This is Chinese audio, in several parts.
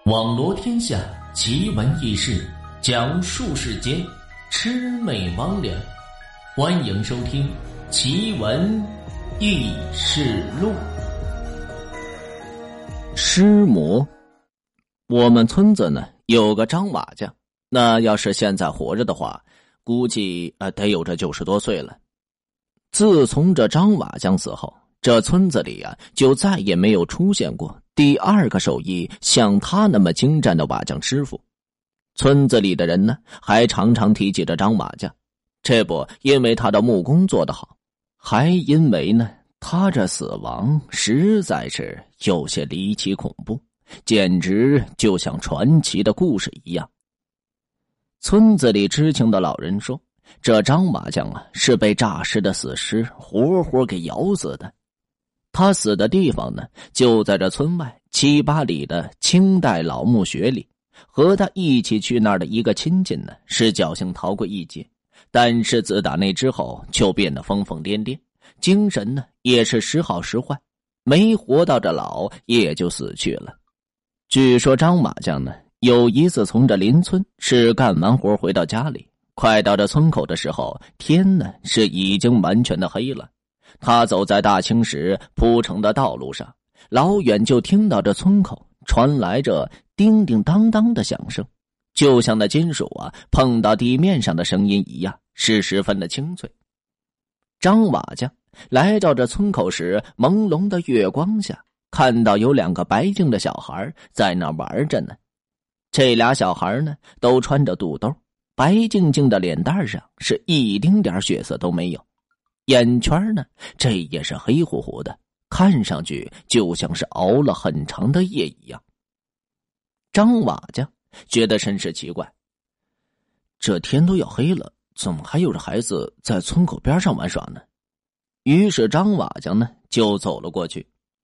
网罗天下奇闻异事，讲述世间魑魅魍魉。欢迎收听《奇闻异事录》。尸魔。我们村子呢有个张瓦匠，那要是现在活着的话，估计得有这90多岁了。自从这张瓦匠死后，这村子里就再也没有出现过第二个手艺像他那么精湛的瓦匠师傅。村子里的人呢还常常提起这张瓦匠，这不因为他的木工做得好，还因为呢他这死亡实在是有些离奇恐怖，简直就像传奇的故事一样。村子里知情的老人说，这张瓦匠是被诈尸的死尸活活给咬死的。他死的地方呢就在这村外7、8里的清代老墓穴里。和他一起去那儿的一个亲戚呢是侥幸逃过一劫，但是自打那之后就变得疯疯癫癫，精神呢也是时好时坏，没活到这老也就死去了。据说张瓦匠呢有一次从这邻村是干完活回到家里，快到这村口的时候，天呢是已经完全的黑了。他走在大青石铺成的道路上，老远就听到这村口传来着叮叮当当的响声，就像那金属碰到地面上的声音一样，是十分的清脆。张瓦匠来到这村口时，朦胧的月光下看到有2个白净的小孩在那玩着呢。这俩小孩呢都穿着肚兜，白净净的脸蛋上是一丁点血色都没有，眼圈呢这也是黑乎乎的，看上去就像是熬了很长的夜一样。张瓦匠觉得甚是奇怪，这天都要黑了，怎么还有这孩子在村口边上玩耍呢？于是张瓦匠呢就走了过去。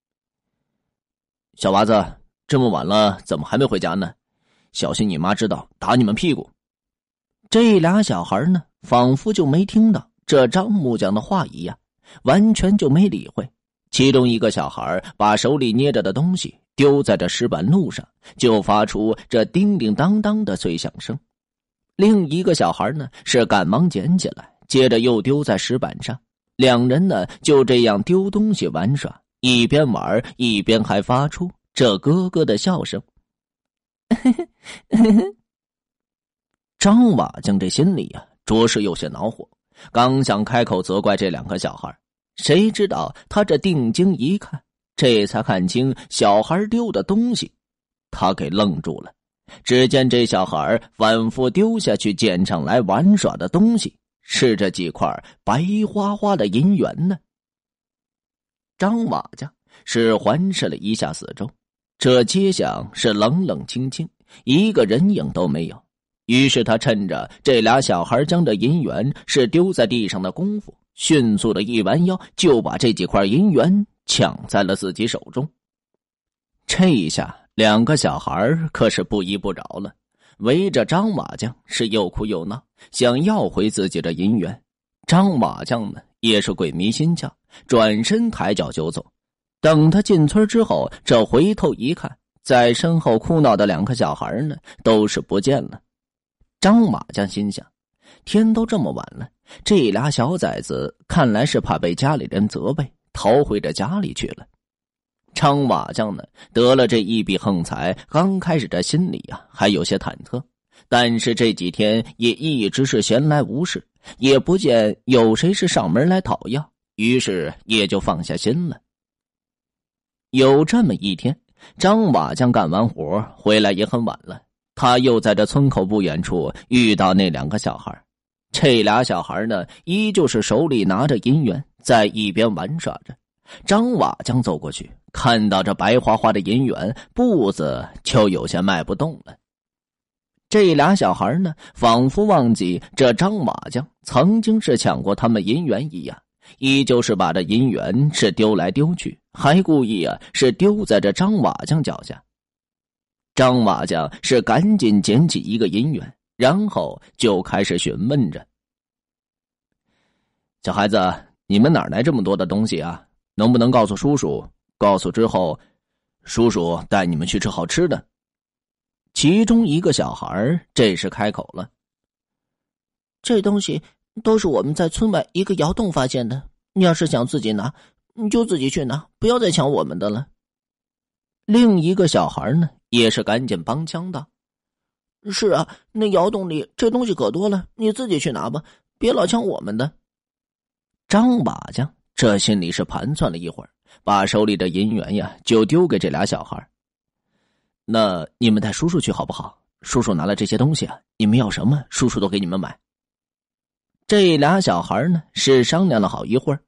小娃子，这么晚了怎么还没回家呢？小心你妈知道打你们屁股。这俩小孩呢仿佛就没听到这张木匠的话一样，完全就没理会。其中一个小孩把手里捏着的东西丢在这石板路上，就发出这叮叮当当的脆响声。另一个小孩呢是赶忙捡起来，接着又丢在石板上。两人呢就这样丢东西玩耍，一边玩一边还发出这咯咯的笑声。张瓦匠这心里着实有些恼火，刚想开口责怪这2个小孩，谁知道他这定睛一看，这才看清小孩丢的东西。他给愣住了，只见这小孩反复丢下去捡上来玩耍的东西是这几块白花花的银元呢。张瓦匠是环视了一下四周，这街巷是冷冷清清，一个人影都没有。于是他趁着这俩小孩将这银元是丢在地上的功夫，迅速的一弯腰就把这几块银元抢在了自己手中。这一下2个小孩可是不依不饶了，围着张瓦匠是又哭又闹，想要回自己的银元。张瓦匠呢也是鬼迷心窍，转身抬脚就走。等他进村之后，这回头一看，在身后哭闹的2个小孩呢都是不见了。张瓦匠心想，天都这么晚了，这俩小崽子看来是怕被家里人责备，逃回这家里去了。张瓦匠呢得了这一笔横财，刚开始这心里还有些忐忑，但是这几天也一直是闲来无事，也不见有谁是上门来讨要，于是也就放下心了。有这么一天，张瓦匠干完活回来也很晚了，他又在这村口不远处遇到那2个小孩。这俩小孩呢依旧是手里拿着银元，在一边玩耍着。张瓦匠走过去，看到这白花花的银元，步子就有些迈不动了。这俩小孩呢仿佛忘记这张瓦匠曾经是抢过他们银元一样，依旧是把这银元是丢来丢去，还故意是丢在这张瓦匠脚下。张瓦匠是赶紧捡起一个银元，然后就开始询问着：小孩子，你们哪来这么多的东西啊？能不能告诉叔叔？告诉之后，叔叔带你们去吃好吃的。 其中一个小孩这时开口了：“ 这东西都是我们在村外一个窑洞发现的，你要是想自己拿，你就自己去拿，不要再抢我们的了。” 另一个小孩呢，也是赶紧帮腔道：“ 是啊，那窑洞里这东西可多了，你自己去拿吧，别老抢我们的。” 张瓦匠这心里是盘算了一会儿，把手里的银元呀就丢给这俩小孩：“那你们带叔叔去好不好？叔叔拿了这些东西啊，你们要什么，叔叔都给你们买。”这俩小孩呢是商量了好一会儿：“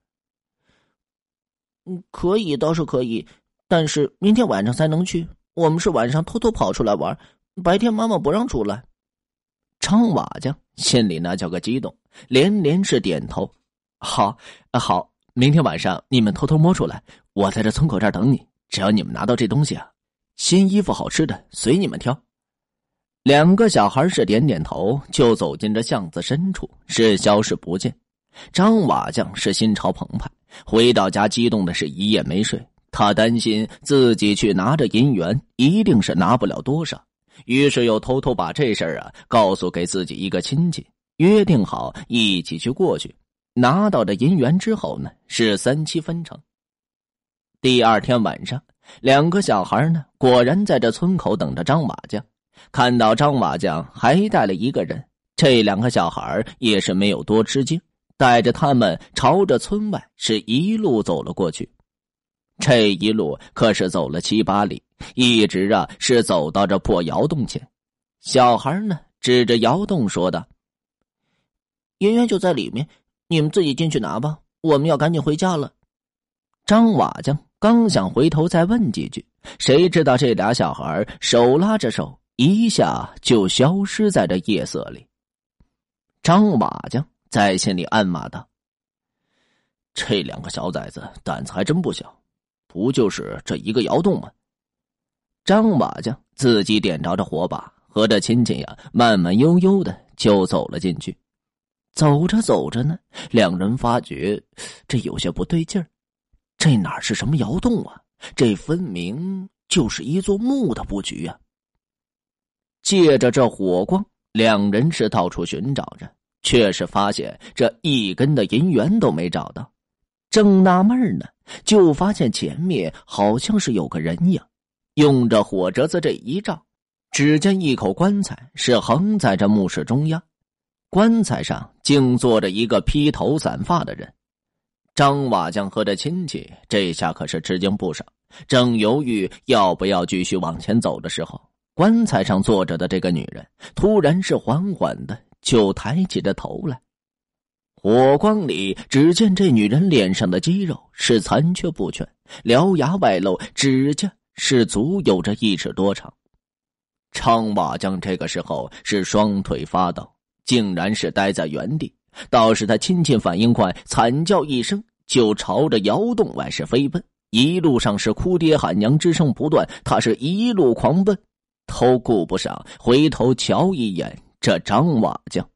可以倒是可以，但是明天晚上才能去，我们是晚上偷偷跑出来玩，白天妈妈不让出来。” 张瓦匠心里那叫个激动，连连是点头：“好，好，明天晚上你们偷偷摸出来，我在这村口这儿等你。只要你们拿到这东西啊，新衣服、好吃的随你们挑。”两个小孩是点点头，就走进这巷子深处，是消失不见。张瓦匠是心潮澎湃，回到家激动的是一夜没睡。他担心自己去拿着银元一定是拿不了多少，于是又偷偷把这事儿告诉给自己一个亲戚，约定好一起去过去。拿到这银元之后呢，是3期分成。第二天晚上，两个小孩呢果然在这村口等着张瓦匠。看到张瓦匠还带了一个人，这两个小孩也是没有多吃惊，带着他们朝着村外是一路走了过去。这一路可是走了7、8里，一直是走到这破窑洞前。小孩呢指着窑洞说道：“ 银元就在里面，你们自己进去拿吧，我们要赶紧回家了。” 张瓦匠刚想回头再问几句，谁知道这俩小孩手拉着手，一下就消失在这夜色里。张瓦匠在心里暗骂道：“这两个小崽子胆子还真不小，不就是这一个窑洞吗？”张瓦匠自己点着火把，和着亲戚慢慢悠悠的就走了进去。走着走着呢，两人发觉这有些不对劲儿。这哪是什么窑洞啊？这分明就是一座墓的布局啊！借着这火光，两人是到处寻找着，却是发现这一根的银元都没找到。正纳闷呢，就发现前面好像是有个人影，用着火折子这一照，只见一口棺材是横在这墓室中央，棺材上竟坐着一个披头散发的人。张瓦匠和这亲戚这下可是吃惊不少，正犹豫要不要继续往前走的时候，棺材上坐着的这个女人突然是缓缓的就抬起着头来。火光里只见这女人脸上的肌肉是残缺不全，獠牙外露，指甲是足有着1尺多长。张瓦匠这个时候是双腿发抖，竟然是呆在原地。倒是他亲戚反应快，惨叫一声就朝着窑洞外是飞奔，一路上是哭爹喊娘之声不断，他是一路狂奔，都顾不上回头瞧一眼这张瓦匠。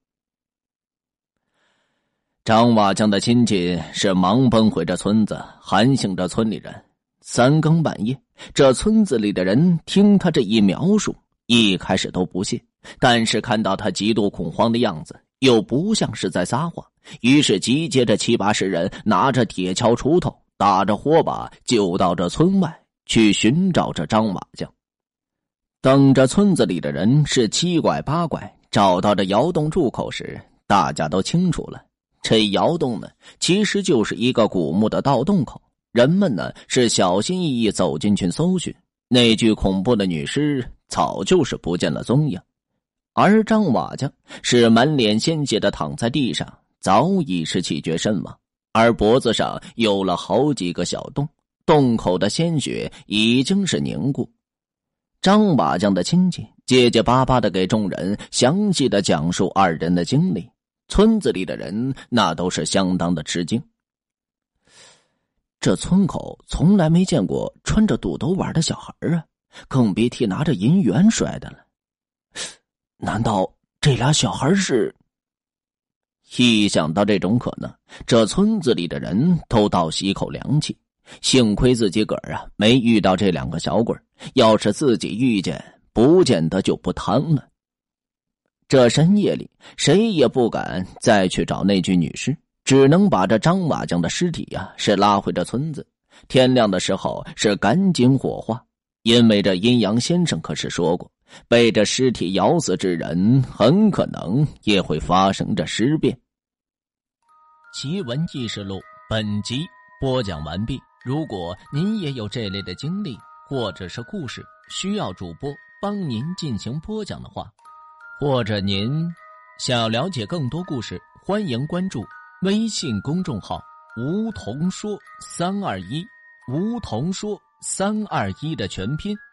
张瓦匠的亲戚是忙奔回这村子，喊醒这村里人。3更半夜，这村子里的人听他这一描述，一开始都不信，但是看到他极度恐慌的样子，又不像是在撒谎，于是集结着7、80人，拿着铁锹、锄头，打着火把，就到这村外去寻找着张瓦匠。等着村子里的人是7拐8拐找到这窑洞入口时，大家都清楚了，这窑洞呢其实就是一个古墓的盗洞口。人们呢是小心翼翼走进去搜寻，那具恐怖的女尸早就是不见了踪影。而张瓦匠是满脸鲜血的躺在地上，早已是气绝身亡，而脖子上有了好几个小洞，洞口的鲜血已经是凝固。张瓦匠的亲戚结结巴巴的给众人详细的讲述2人的经历，村子里的人那都是相当的吃惊。这村口从来没见过穿着肚兜玩的小孩啊，更别提拿着银元摔的了。难道这俩小孩是……一想到这种可能，这村子里的人都倒吸一口凉气。幸亏自己个儿没遇到这2个小鬼，要是自己遇见， 不见得就不贪了。这深夜里，谁也不敢再去找那具女尸，只能把这张瓦匠的尸体是拉回这村子。天亮的时候是赶紧火化，因为这阴阳先生可是说过，被这尸体咬死之人很可能也会发生这尸变。 奇闻异事录本集播讲完毕。如果您也有这类的经历或者是故事需要主播帮您进行播讲的话，或者您想要了解更多故事，欢迎关注微信公众号梧桐说321，梧桐说321的全拼。